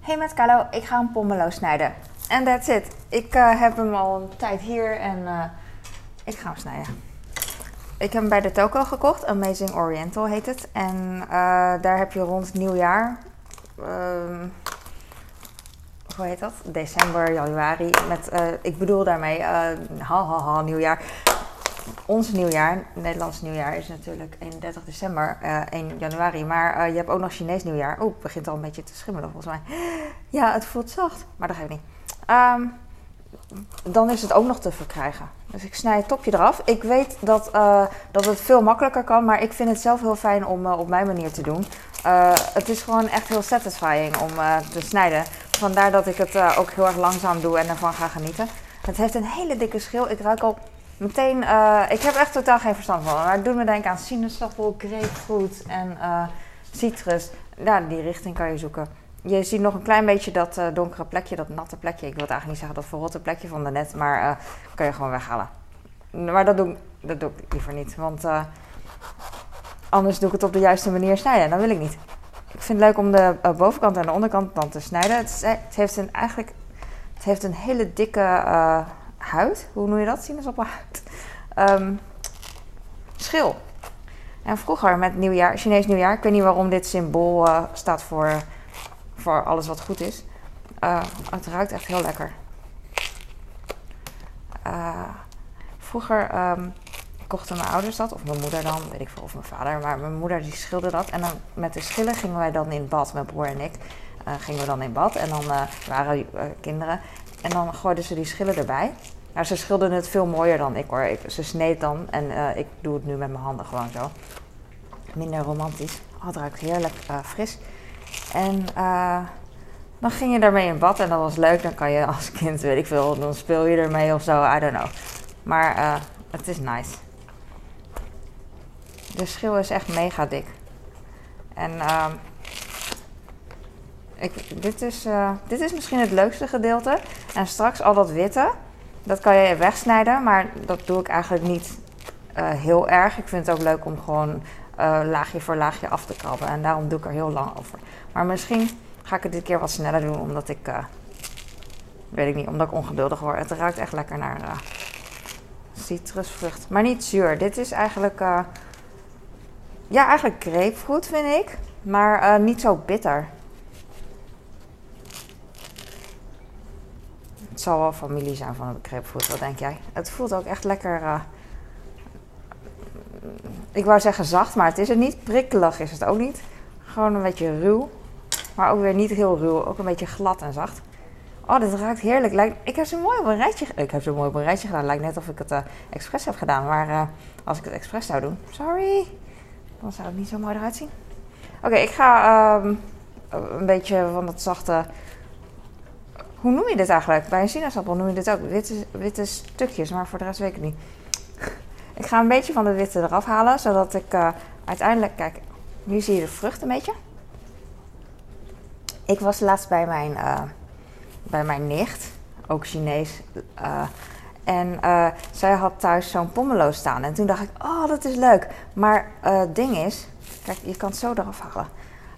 Hey met Carlo, ik ga een pomelo snijden. En that's it. Ik heb hem al een tijd hier en ik ga hem snijden. Ik heb hem bij de toko gekocht, Amazing Oriental heet het. En daar heb je rond nieuwjaar, hoe heet dat? December, januari. Ik bedoel daarmee, nieuwjaar. Ons nieuwjaar, Nederlands nieuwjaar, is natuurlijk 31 december, 1 januari. Maar je hebt ook nog Chinees nieuwjaar. Het begint al een beetje te schimmelen volgens mij. Ja, het voelt zacht, maar dat geeft niet. Dan is het ook nog te verkrijgen. Dus ik snij het topje eraf. Ik weet dat het veel makkelijker kan, maar ik vind het zelf heel fijn om op mijn manier te doen. Het is gewoon echt heel satisfying om te snijden. Vandaar dat ik het ook heel erg langzaam doe en ervan ga genieten. Het heeft een hele dikke schil. Ik ruik al meteen, ik heb echt totaal geen verstand van, maar het doet me denken aan sinaasappel, grapefruit en citrus. Ja, die richting kan je zoeken. Je ziet nog een klein beetje dat donkere plekje, dat natte plekje. Ik wil het eigenlijk niet zeggen, dat verrotte plekje van daarnet, maar kan je gewoon weghalen. Maar dat doe ik liever niet, want anders doe ik het op de juiste manier snijden. Dat wil ik niet. Ik vind het leuk om de bovenkant en de onderkant dan te snijden. Het heeft een hele dikke huid. Hoe noem je dat? Sinaasappelhuid. Schil. En vroeger met nieuwjaar, Chinees nieuwjaar, ik weet niet waarom dit symbool staat voor alles wat goed is. Het ruikt echt heel lekker. Vroeger kochten mijn ouders dat, of mijn moeder dan, weet ik veel, of mijn vader. Maar mijn moeder die schilde dat. En dan met de schillen gingen wij dan in bad, mijn broer en ik. Gingen we dan in bad en dan waren kinderen. En dan gooiden ze die schillen erbij. Maar ze schilderden het veel mooier dan ik hoor. Ze sneed dan en ik doe het nu met mijn handen gewoon zo. Minder romantisch. Het ruikt heerlijk fris. En dan ging je daarmee in bad en dat was leuk. Dan kan je als kind, weet ik veel, dan speel je ermee of zo. I don't know. Maar het is nice. De schil is echt mega dik. En dit is misschien het leukste gedeelte. En straks al dat witte, dat kan je wegsnijden. Maar dat doe ik eigenlijk niet heel erg. Ik vind het ook leuk om gewoon laagje voor laagje af te krabben. En daarom doe ik er heel lang over. Maar misschien ga ik het dit keer wat sneller doen. Omdat ik, weet ik niet, omdat ik ongeduldig word. Het ruikt echt lekker naar citrusvrucht. Maar niet zuur. Dit is eigenlijk, eigenlijk grapefruit vind ik. Maar niet zo bitter. Het zal wel familie zijn van de grapefruit, wat denk jij? Het voelt ook echt lekker, ik wou zeggen zacht, maar het is het niet. Prikkelig is het ook niet. Gewoon een beetje ruw, maar ook weer niet heel ruw. Ook een beetje glad en zacht. Oh, dit ruikt heerlijk. Ik heb zo mooi op een rijtje gedaan. Lijkt net of ik het expres heb gedaan. Maar als ik het expres zou doen, sorry, dan zou het niet zo mooi eruit zien. Oké, ik ga een beetje van dat zachte... Hoe noem je dit eigenlijk? Bij een sinaasappel noem je dit ook witte stukjes, maar voor de rest weet ik het niet. Ik ga een beetje van de witte eraf halen, zodat ik uiteindelijk... Kijk, nu zie je de vrucht een beetje. Ik was laatst bij mijn nicht, ook Chinees. En zij had thuis zo'n pomelo staan. En toen dacht ik, oh, dat is leuk. Maar het ding is, kijk, je kan het zo eraf halen.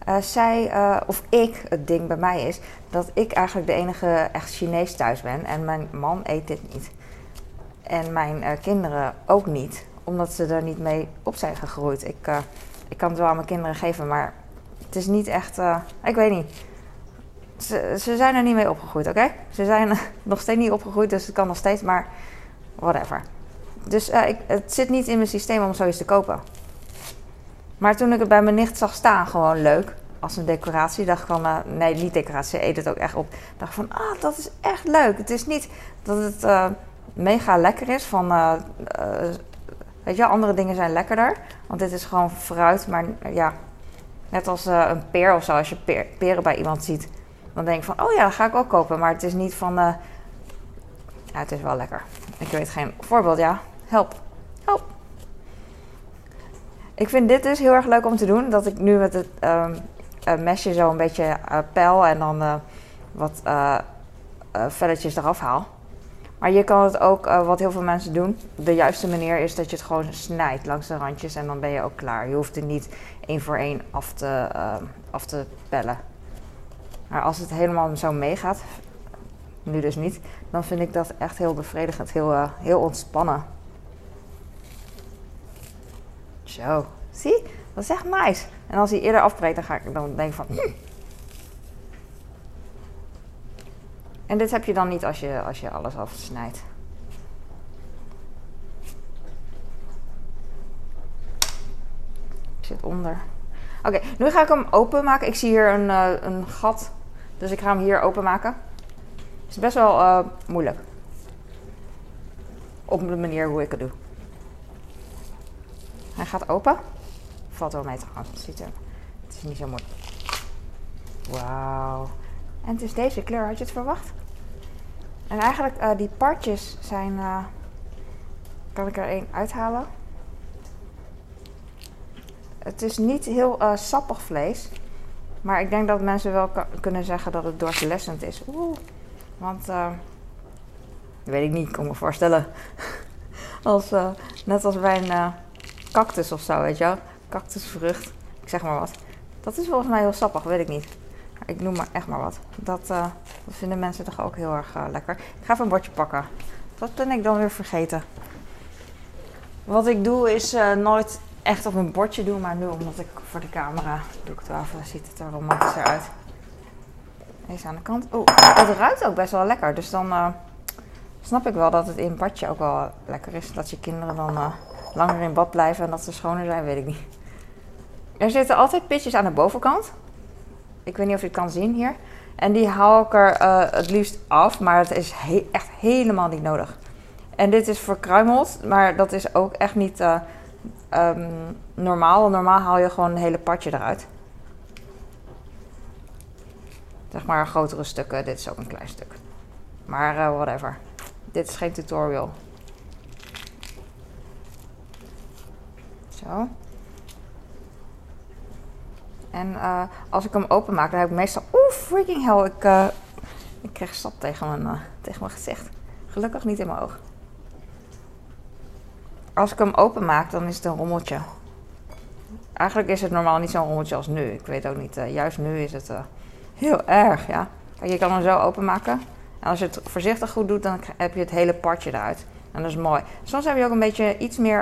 Het ding bij mij is dat ik eigenlijk de enige echt Chinees thuis ben. En mijn man eet dit niet. En mijn kinderen ook niet. Omdat ze er niet mee op zijn gegroeid. Ik kan het wel aan mijn kinderen geven, maar het is niet echt... ik weet niet. Ze zijn er niet mee opgegroeid, oké? Ze zijn nog steeds niet opgegroeid, dus het kan nog steeds, maar whatever. Dus het zit niet in mijn systeem om zoiets te kopen. Maar toen ik het bij mijn nicht zag staan, gewoon leuk, als een decoratie, dacht ik van, nee, niet decoratie, ze eet het ook echt op. Dacht van, dat is echt leuk. Het is niet dat het mega lekker is van, weet je, andere dingen zijn lekkerder. Want dit is gewoon fruit, maar ja, net als een peer of zo, als je peren bij iemand ziet, dan denk ik van, oh ja, dat ga ik ook kopen. Maar het is niet van, ja, het is wel lekker. Ik weet geen voorbeeld, ja. Help. Ik vind dit dus heel erg leuk om te doen. Dat ik nu met het mesje zo een beetje pel en dan wat velletjes eraf haal. Maar je kan het ook, wat heel veel mensen doen, de juiste manier is dat je het gewoon snijdt langs de randjes en dan ben je ook klaar. Je hoeft het niet 1 voor 1 af te pellen. Maar als het helemaal zo meegaat, nu dus niet, dan vind ik dat echt heel bevredigend, heel ontspannen. Zo, zie? Dat is echt nice. En als hij eerder afbreekt, dan denk ik van... En dit heb je dan niet als je alles afsnijdt. Ik zit onder. Oké, nu ga ik hem openmaken. Ik zie hier een gat, dus ik ga hem hier openmaken. Het is best wel moeilijk. Op de manier hoe ik het doe. Hij gaat open. Valt wel mee trouwens. Het is niet zo moeilijk. Wauw. En het is deze kleur. Had je het verwacht? En eigenlijk die partjes zijn... kan ik er één uithalen? Het is niet heel sappig vlees. Maar ik denk dat mensen wel kunnen zeggen dat het doorslessend is. Want... weet ik niet. Ik kan me voorstellen. Net als bij een cactus of zo, weet je wel. Cactusvrucht. Ik zeg maar wat. Dat is volgens mij heel sappig. Weet ik niet. Ik noem maar echt maar wat. Dat vinden mensen toch ook heel erg lekker. Ik ga even een bordje pakken. Dat ben ik dan weer vergeten. Wat ik doe is nooit echt op een bordje doen. Maar nu omdat ik voor de camera doe ik het wel even. Ziet het er romantischer uit. Deze aan de kant. Het ruikt ook best wel lekker. Dus dan snap ik wel dat het in badje ook wel lekker is. Dat je kinderen dan langer in bad blijven en dat ze schoner zijn. Weet ik niet. Er zitten altijd pitjes aan de bovenkant. Ik weet niet of je het kan zien hier. En die haal ik er het liefst af, maar het is echt helemaal niet nodig. En dit is verkruimeld, maar dat is ook echt niet normaal. Normaal haal je gewoon een hele partje eruit. Zeg maar grotere stukken, dit is ook een klein stuk. Maar whatever. Dit is geen tutorial. Zo. En als ik hem openmaak, dan heb ik meestal... freaking hell. Ik krijg sap tegen mijn gezicht. Gelukkig niet in mijn oog. Als ik hem openmaak, dan is het een rommeltje. Eigenlijk is het normaal niet zo'n rommeltje als nu. Ik weet ook niet. Juist nu is het heel erg, ja. Kijk, je kan hem zo openmaken. En als je het voorzichtig goed doet, dan heb je het hele partje eruit. En dat is mooi. Soms heb je ook een beetje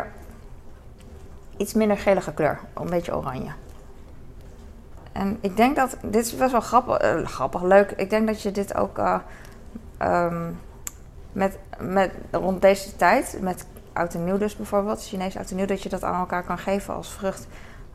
iets minder gelige kleur. Een beetje oranje. En ik denk dat... Dit is best wel grappig, leuk. Ik denk dat je dit ook rond deze tijd... Met oud en nieuw dus bijvoorbeeld. Chinees oud en nieuw. Dat je dat aan elkaar kan geven als vrucht.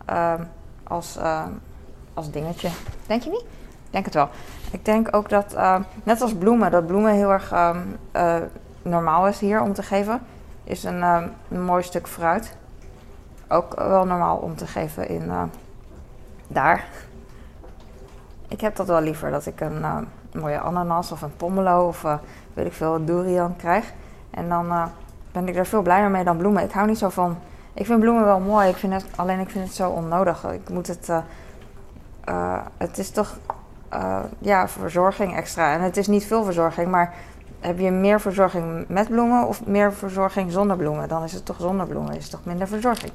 Als dingetje. Denk je niet? Ik denk het wel. Ik denk ook dat... net als bloemen. Dat bloemen heel erg normaal is hier om te geven. Is een mooi stuk fruit. Ook wel normaal om te geven in... daar. Ik heb dat wel liever, dat ik een mooie ananas of een pomelo of weet ik veel, een durian krijg. En dan ben ik er veel blijer mee dan bloemen. Ik hou niet zo van... Ik vind bloemen wel mooi, ik vind het zo onnodig. Ik moet het is toch verzorging extra. En het is niet veel verzorging, maar heb je meer verzorging met bloemen of meer verzorging zonder bloemen? Dan is het toch zonder bloemen, is het toch minder verzorging.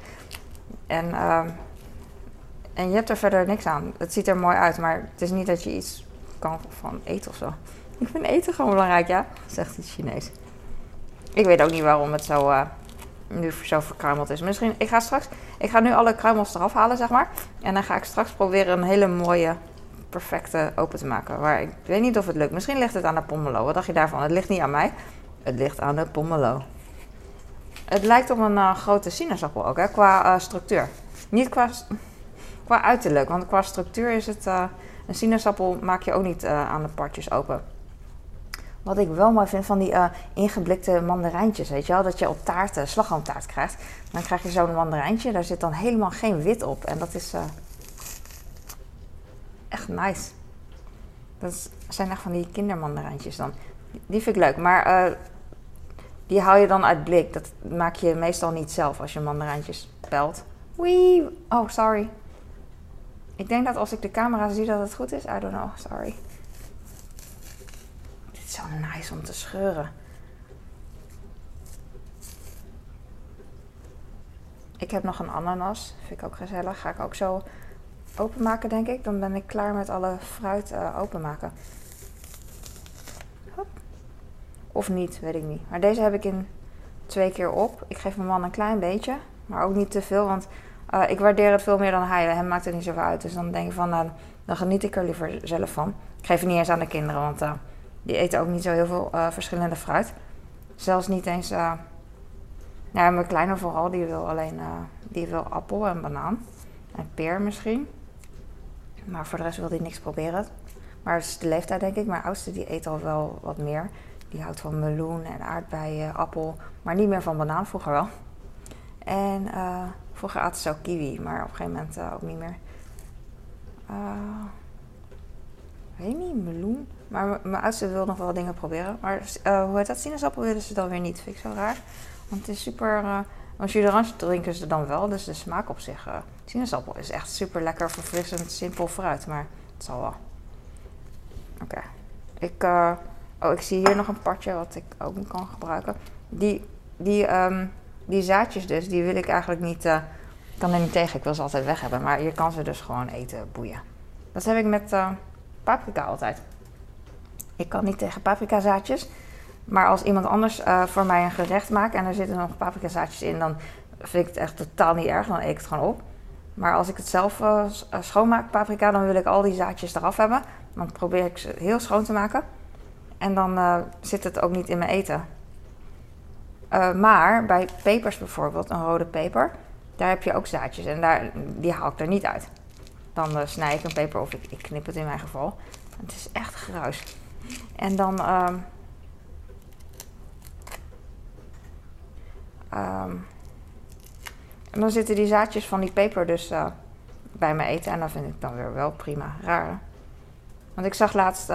En je hebt er verder niks aan. Het ziet er mooi uit, maar het is niet dat je iets kan van eten of zo. Ik vind eten gewoon belangrijk, ja, zegt iets Chinees. Ik weet ook niet waarom het nu zo verkruimeld is. Misschien, ik ga nu alle kruimels eraf halen, zeg maar. En dan ga ik straks proberen een hele mooie, perfecte open te maken. Maar ik weet niet of het lukt. Misschien ligt het aan de pomelo. Wat dacht je daarvan? Het ligt niet aan mij. Het ligt aan de pomelo. Het lijkt op een grote sinaasappel ook, hè, qua structuur. Niet qua uiterlijk, want qua structuur is het... een sinaasappel maak je ook niet aan de partjes open. Wat ik wel mooi vind van die ingeblikte mandarijntjes, weet je wel? Dat je op slagroomtaart krijgt. Dan krijg je zo'n mandarijntje, daar zit dan helemaal geen wit op. En dat is echt nice. Dat zijn echt van die kindermandarijntjes dan. Die vind ik leuk, maar die haal je dan uit blik. Dat maak je meestal niet zelf als je mandarijntjes pelt. Wee! Oh, sorry. Ik denk dat als ik de camera zie dat het goed is. I don't know, sorry. Dit is zo nice om te scheuren. Ik heb nog een ananas. Vind ik ook gezellig. Ga ik ook zo openmaken, denk ik. Dan ben ik klaar met alle fruit openmaken. Hop. Of niet, weet ik niet. Maar deze heb ik in 2 keer op. Ik geef mijn man een klein beetje, maar ook niet te veel, want ik waardeer het veel meer dan hij. Hem maakt het niet zoveel uit. Dus dan denk ik van, dan geniet ik er liever zelf van. Ik geef het niet eens aan de kinderen, want die eten ook niet zo heel veel verschillende fruit. Zelfs niet eens... mijn kleine vooral, die wil appel en banaan. En peer misschien. Maar voor de rest wil hij niks proberen. Maar het is de leeftijd, denk ik. Mijn oudste die eet al wel wat meer. Die houdt van meloen en aardbeien, appel. Maar niet meer van banaan, vroeger wel. En vroeger aten ze ook kiwi, maar op een gegeven moment ook niet meer. Weet niet, meloen. Maar mijn oudste wil nog wel dingen proberen. Maar hoe heet dat? Sinaasappel willen ze dan weer niet. Vind ik zo raar. Want het is super... als je orange drinken ze dan wel. Dus de smaak op zich... sinaasappel is echt super lekker, verfrissend, simpel fruit. Maar het zal wel. Oké. Ik zie hier nog een partje wat ik ook niet kan gebruiken. Die zaadjes dus, die wil ik eigenlijk niet... ik kan er niet tegen, ik wil ze altijd weg hebben. Maar je kan ze dus gewoon eten, boeien. Dat heb ik met paprika altijd. Ik kan niet tegen paprika zaadjes. Maar als iemand anders voor mij een gerecht maakt en er zitten nog paprika zaadjes in, dan vind ik het echt totaal niet erg. Dan eet ik het gewoon op. Maar als ik het zelf schoonmaak, paprika, dan wil ik al die zaadjes eraf hebben. Dan probeer ik ze heel schoon te maken. En dan zit het ook niet in mijn eten. Maar bij pepers bijvoorbeeld, een rode peper, daar heb je ook zaadjes. En die haal ik er niet uit. Dan snij ik een peper of ik knip het in mijn geval. Het is echt gruis. En dan... en dan zitten die zaadjes van die peper dus bij mijn eten. En dat vind ik dan weer wel prima. Raar. Want ik zag laatst...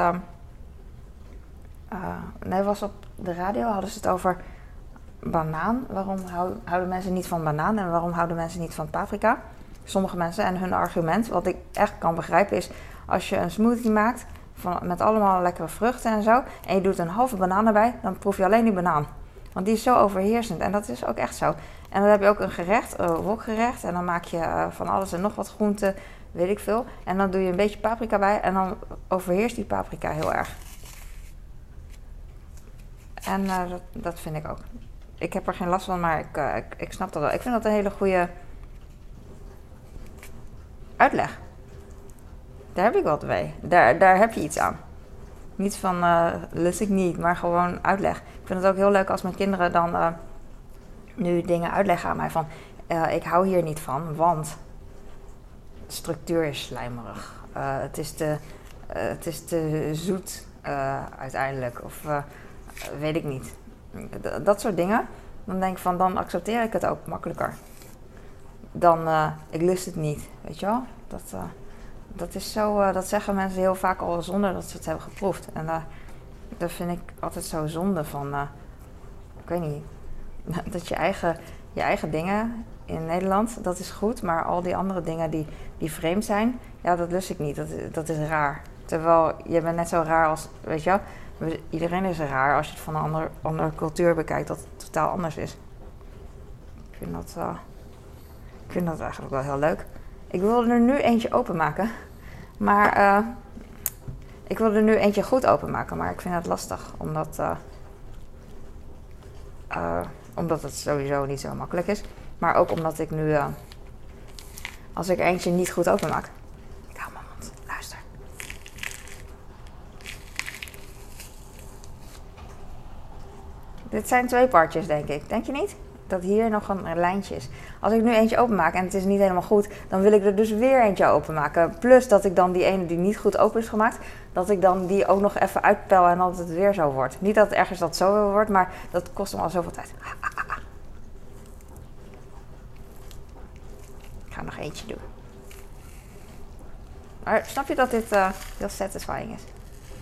was op de radio, hadden ze het over banaan. Waarom houden mensen niet van banaan en waarom houden mensen niet van paprika? Sommige mensen, en hun argument, wat ik echt kan begrijpen, is als je een smoothie maakt met allemaal lekkere vruchten en zo, en je doet een halve banaan erbij, dan proef je alleen die banaan. Want die is zo overheersend en dat is ook echt zo. En dan heb je ook een gerecht, een wokgerecht, en dan maak je van alles en nog wat groenten, weet ik veel. En dan doe je een beetje paprika bij en dan overheerst die paprika heel erg. En dat vind ik ook. Ik heb er geen last van, maar ik snap dat wel. Ik vind dat een hele goede uitleg. Daar heb ik wat mee. Daar heb je iets aan. Niet van lust ik niet, maar gewoon uitleg. Ik vind het ook heel leuk als mijn kinderen dan nu dingen uitleggen aan mij van... ik hou hier niet van, want de structuur is slijmerig. Het is te zoet uiteindelijk. Of weet ik niet. Dat soort dingen. Dan denk ik van, dan accepteer ik het ook makkelijker. Dan, ik lust het niet, weet je wel. Dat is zo, dat zeggen mensen heel vaak al zonder dat ze het hebben geproefd. En dat vind ik altijd zo zonde van, ik weet niet, dat je eigen dingen in Nederland, dat is goed. Maar al die andere dingen die vreemd zijn, ja, dat lust ik niet. Dat is raar. Terwijl, je bent net zo raar als, weet je wel. Iedereen is raar als je het van een andere cultuur bekijkt dat het totaal anders is. Ik vind dat eigenlijk wel heel leuk. Ik wilde er nu eentje openmaken. Maar ik wilde er nu eentje goed openmaken. Maar ik vind het lastig. Omdat het sowieso niet zo makkelijk is. Maar ook omdat ik nu... als ik er eentje niet goed openmaak... Ik hou mijn mond. Luister. Dit zijn 2 partjes, denk ik. Denk je niet? Dat hier nog een lijntje is. Als ik nu eentje openmaak en het is niet helemaal goed, dan wil ik er dus weer eentje openmaken. Plus dat ik dan die ene die niet goed open is gemaakt, dat ik dan die ook nog even uitpel en dat het weer zo wordt. Niet dat het ergens dat zo wordt, maar dat kost me al zoveel tijd. Ik ga nog eentje doen. Maar snap je dat dit heel satisfying is?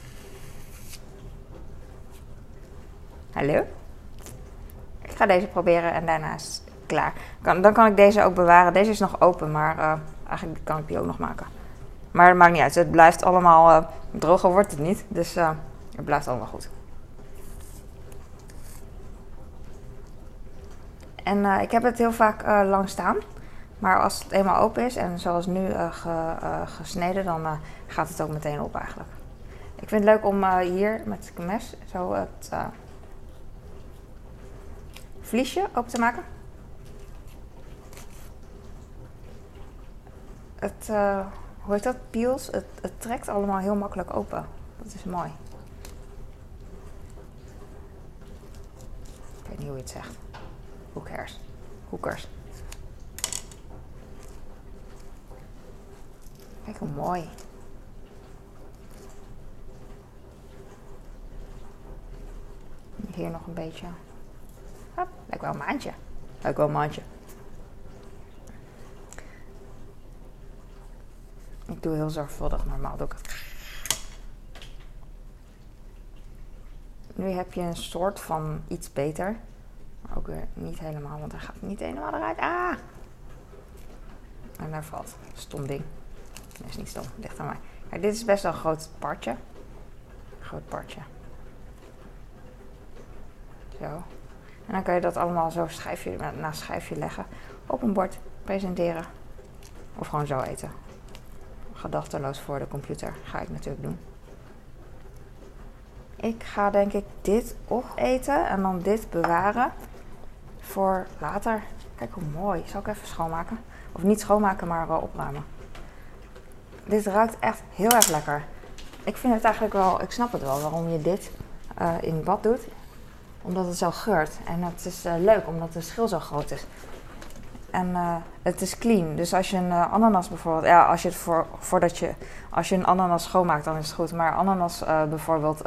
Hallo? Ik ga deze proberen en daarna is het klaar. Dan kan ik deze ook bewaren. Deze is nog open, maar eigenlijk kan ik die ook nog maken. Maar het maakt niet uit. Het blijft allemaal... droger wordt het niet. Dus het blijft allemaal goed. En ik heb het heel vaak lang staan. Maar als het eenmaal open is en zoals nu gesneden, dan gaat het ook meteen op eigenlijk. Ik vind het leuk om hier met het mes zo het vliesje open te maken. Het, hoe heet dat? Peels. Het trekt allemaal heel makkelijk open. Dat is mooi. Ik weet niet hoe je het zegt. Who cares? Hoekers. Kijk hoe mooi. Hier nog een beetje. Hop, lijkt wel een maandje. Lijkt wel een maandje. Ik doe heel zorgvuldig, normaal doe ik het. Nu heb je een soort van iets beter. Maar ook weer niet helemaal, want hij gaat niet helemaal eruit. Ah! En daar valt. Stom ding. Nee, is niet stom. Ligt aan mij. Kijk, dit is best wel een groot partje. Groot partje. Zo. En dan kan je dat allemaal zo schijfje naast schijfje leggen. Op een bord presenteren. Of gewoon zo eten. Gedachteloos voor de computer ga ik natuurlijk doen. Ik ga denk ik dit opeten en dan dit bewaren voor later. Kijk hoe mooi. Zal ik even schoonmaken? Of niet schoonmaken, maar opruimen. Dit ruikt echt heel erg lekker. Ik vind het eigenlijk wel, ik snap het wel waarom je dit in bad doet. Omdat het zo geurt. En het is leuk omdat de schil zo groot is. En het is clean. Dus als je een ananas bijvoorbeeld... Ja, als je het als je een ananas schoonmaakt, dan is het goed. Maar ananas bijvoorbeeld...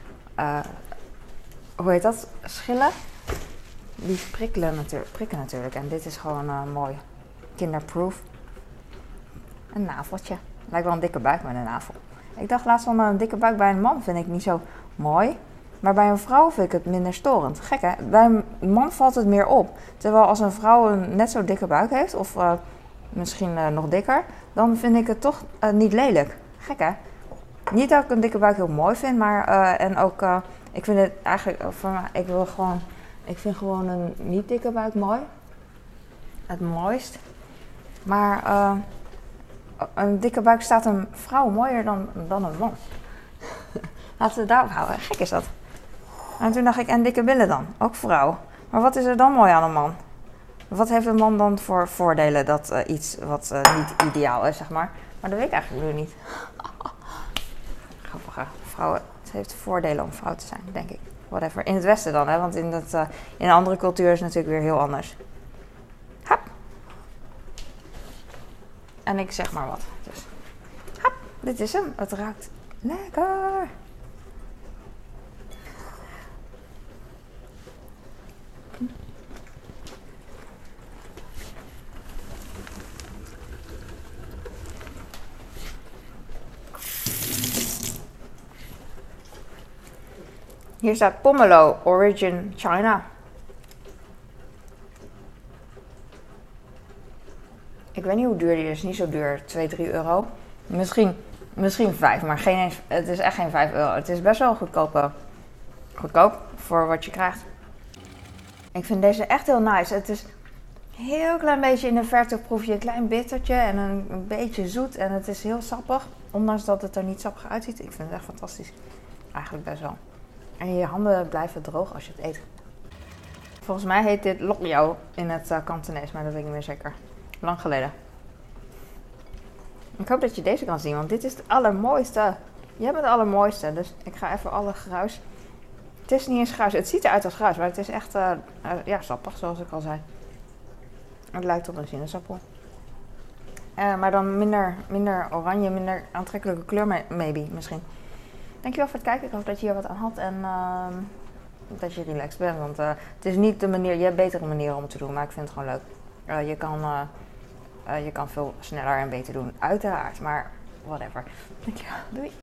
hoe heet dat? Schillen. Die prikken natuurlijk. En dit is gewoon mooi. Kinderproof. Een naveltje. Lijkt wel een dikke buik met een navel. Ik dacht laatst van een dikke buik bij een man vind ik niet zo mooi. Maar bij een vrouw vind ik het minder storend. Gek hè? Bij een man valt het meer op. Terwijl als een vrouw een net zo dikke buik heeft, of misschien nog dikker, dan vind ik het toch niet lelijk. Gek hè? Niet dat ik een dikke buik heel mooi vind, maar en ook, ik vind het eigenlijk, ik vind gewoon een niet dikke buik mooi. Het mooist. Maar een dikke buik staat een vrouw mooier dan een man. Laten we het daarop houden. Gek is dat. En toen dacht ik, en dikke billen dan? Ook vrouw. Maar wat is er dan mooi aan een man? Wat heeft een man dan voor voordelen? Dat iets wat niet ideaal is, zeg maar. Maar dat weet ik eigenlijk nu niet. Grappig, hè? Vrouwen, het heeft voordelen om vrouw te zijn, denk ik. Whatever. In het Westen dan, hè? Want in een andere cultuur is het natuurlijk weer heel anders. Hap. En ik zeg maar wat. Dus. Hap. Dit is hem. Het ruikt lekker. Hier staat Pomelo, Origin China. Ik weet niet hoe duur die is, niet zo duur, 2-3 euro. Misschien 5, maar het is echt geen 5 euro. Het is best wel goedkoop voor wat je krijgt. Ik vind deze echt heel nice. Het is een heel klein beetje in de verte proef je een klein bittertje en een beetje zoet. En het is heel sappig, ondanks dat het er niet sappig uitziet. Ik vind het echt fantastisch. Eigenlijk best wel. En je handen blijven droog als je het eet. Volgens mij heet dit lok jou in het Kantonees, maar dat weet ik niet meer zeker. Lang geleden. Ik hoop dat je deze kan zien, want dit is het allermooiste. Je hebt het allermooiste, dus ik ga even alle gruis. Het is niet eens gruis, het ziet eruit als gruis, maar het is echt sappig, zoals ik al zei. Het lijkt op een sinaasappel. Maar dan minder oranje, minder aantrekkelijke kleur, maybe, misschien. Dankjewel voor het kijken. Ik hoop dat je hier wat aan had en dat je relaxed bent. Want het is niet de manier, je hebt betere manieren om het te doen, maar ik vind het gewoon leuk. Je kan veel sneller en beter doen, uiteraard. Maar whatever. Dankjewel. Doei.